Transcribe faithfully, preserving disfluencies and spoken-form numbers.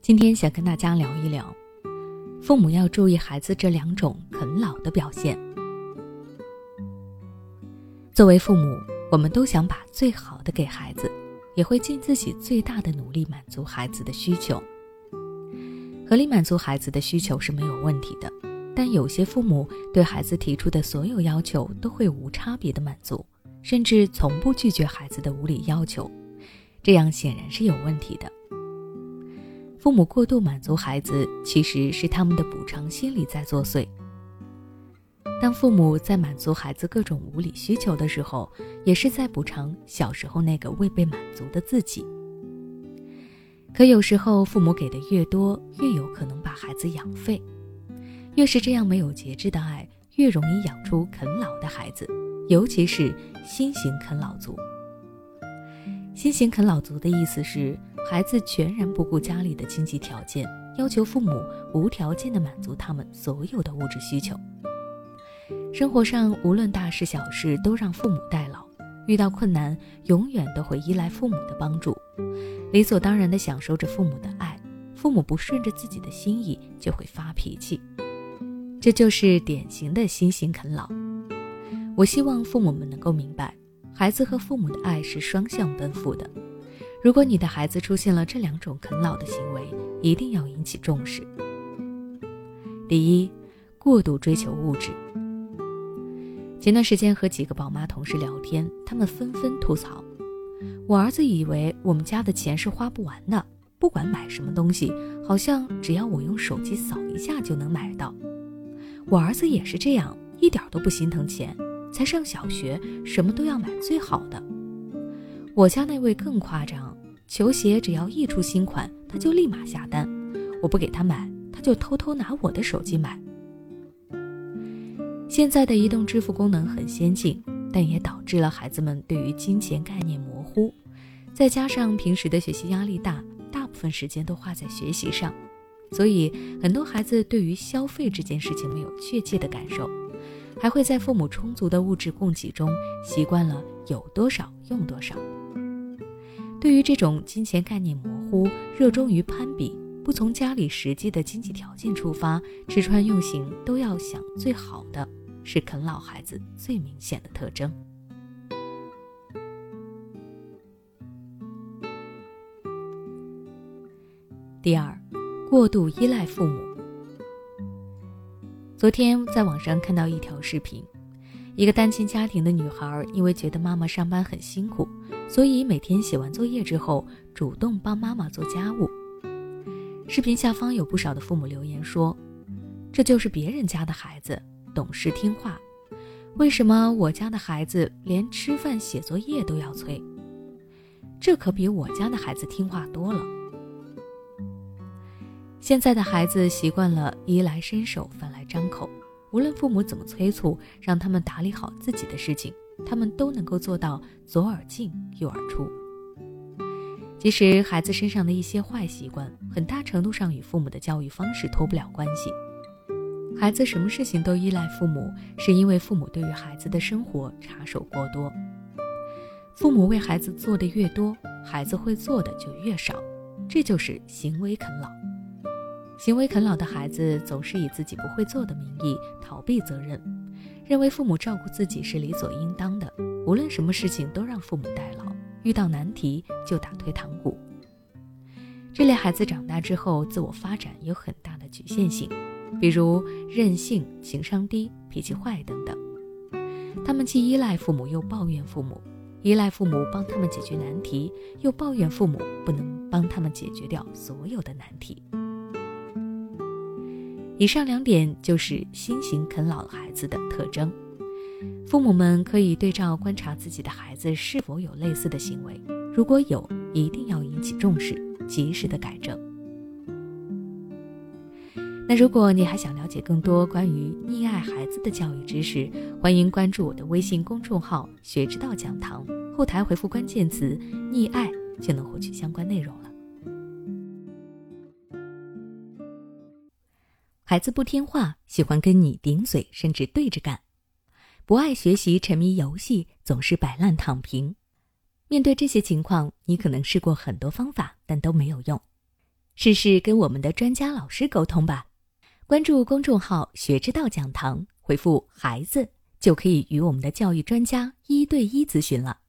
今天想跟大家聊一聊，父母要注意孩子这两种啃老的表现。作为父母，我们都想把最好的给孩子，也会尽自己最大的努力满足孩子的需求。合理满足孩子的需求是没有问题的，但有些父母对孩子提出的所有要求都会无差别的满足，甚至从不拒绝孩子的无理要求，这样显然是有问题的。父母过度满足孩子，其实是他们的补偿心理在作祟。当父母在满足孩子各种无理需求的时候，也是在补偿小时候那个未被满足的自己。可有时候父母给的越多，越有可能把孩子养废。越是这样没有节制的爱，越容易养出啃老的孩子，尤其是新型啃老族。新型啃老族的意思是，孩子全然不顾家里的经济条件，要求父母无条件地满足他们所有的物质需求。生活上无论大事小事都让父母代劳，遇到困难永远都会依赖父母的帮助，理所当然地享受着父母的爱，父母不顺着自己的心意就会发脾气。这就是典型的新型啃老。我希望父母们能够明白，孩子和父母的爱是双向奔赴的。如果你的孩子出现了这两种啃老的行为，一定要引起重视。第一，过度追求物质。前段时间和几个宝妈同事聊天，他们纷纷吐槽，我儿子以为我们家的钱是花不完的，不管买什么东西，好像只要我用手机扫一下就能买到。我儿子也是这样，一点都不心疼钱，才上小学，什么都要买最好的。我家那位更夸张，球鞋只要一出新款，他就立马下单，我不给他买，他就偷偷拿我的手机买。现在的移动支付功能很先进，但也导致了孩子们对于金钱概念模糊，再加上平时的学习压力大，大部分时间都花在学习上，所以很多孩子对于消费这件事情没有确切的感受，还会在父母充足的物质供给中习惯了有多少用多少。对于这种金钱概念模糊，热衷于攀比，不从家里实际的经济条件出发，吃穿用行都要想最好的，是啃老孩子最明显的特征。第二，过度依赖父母。昨天在网上看到一条视频，一个单亲家庭的女孩因为觉得妈妈上班很辛苦，所以每天写完作业之后主动帮妈妈做家务。视频下方有不少的父母留言说，这就是别人家的孩子，懂事听话，为什么我家的孩子连吃饭写作业都要催？这可比我家的孩子听话多了。现在的孩子习惯了衣来伸手饭来张口，无论父母怎么催促，让他们打理好自己的事情，他们都能够做到左耳进右耳出。其实孩子身上的一些坏习惯，很大程度上与父母的教育方式脱不了关系。孩子什么事情都依赖父母，是因为父母对于孩子的生活插手过多。父母为孩子做的越多，孩子会做的就越少，这就是行为啃老。行为啃老的孩子总是以自己不会做的名义逃避责任，认为父母照顾自己是理所应当的，无论什么事情都让父母代劳，遇到难题就打退堂鼓。这类孩子长大之后自我发展有很大的局限性，比如任性、情商低、脾气坏等等。他们既依赖父母又抱怨父母，依赖父母帮他们解决难题，又抱怨父母不能帮他们解决掉所有的难题。以上两点就是新型啃老孩子的特征。父母们可以对照观察自己的孩子是否有类似的行为，如果有，一定要引起重视，及时的改正。那如果你还想了解更多关于溺爱孩子的教育知识，欢迎关注我的微信公众号学之道讲堂，后台回复关键词溺爱就能获取相关内容了。孩子不听话，喜欢跟你顶嘴，甚至对着干，不爱学习，沉迷游戏，总是摆烂躺平。面对这些情况，你可能试过很多方法，但都没有用。 试试跟我们的专家老师沟通吧。关注公众号学之道讲堂，回复孩子就可以与我们的教育专家一对一咨询了。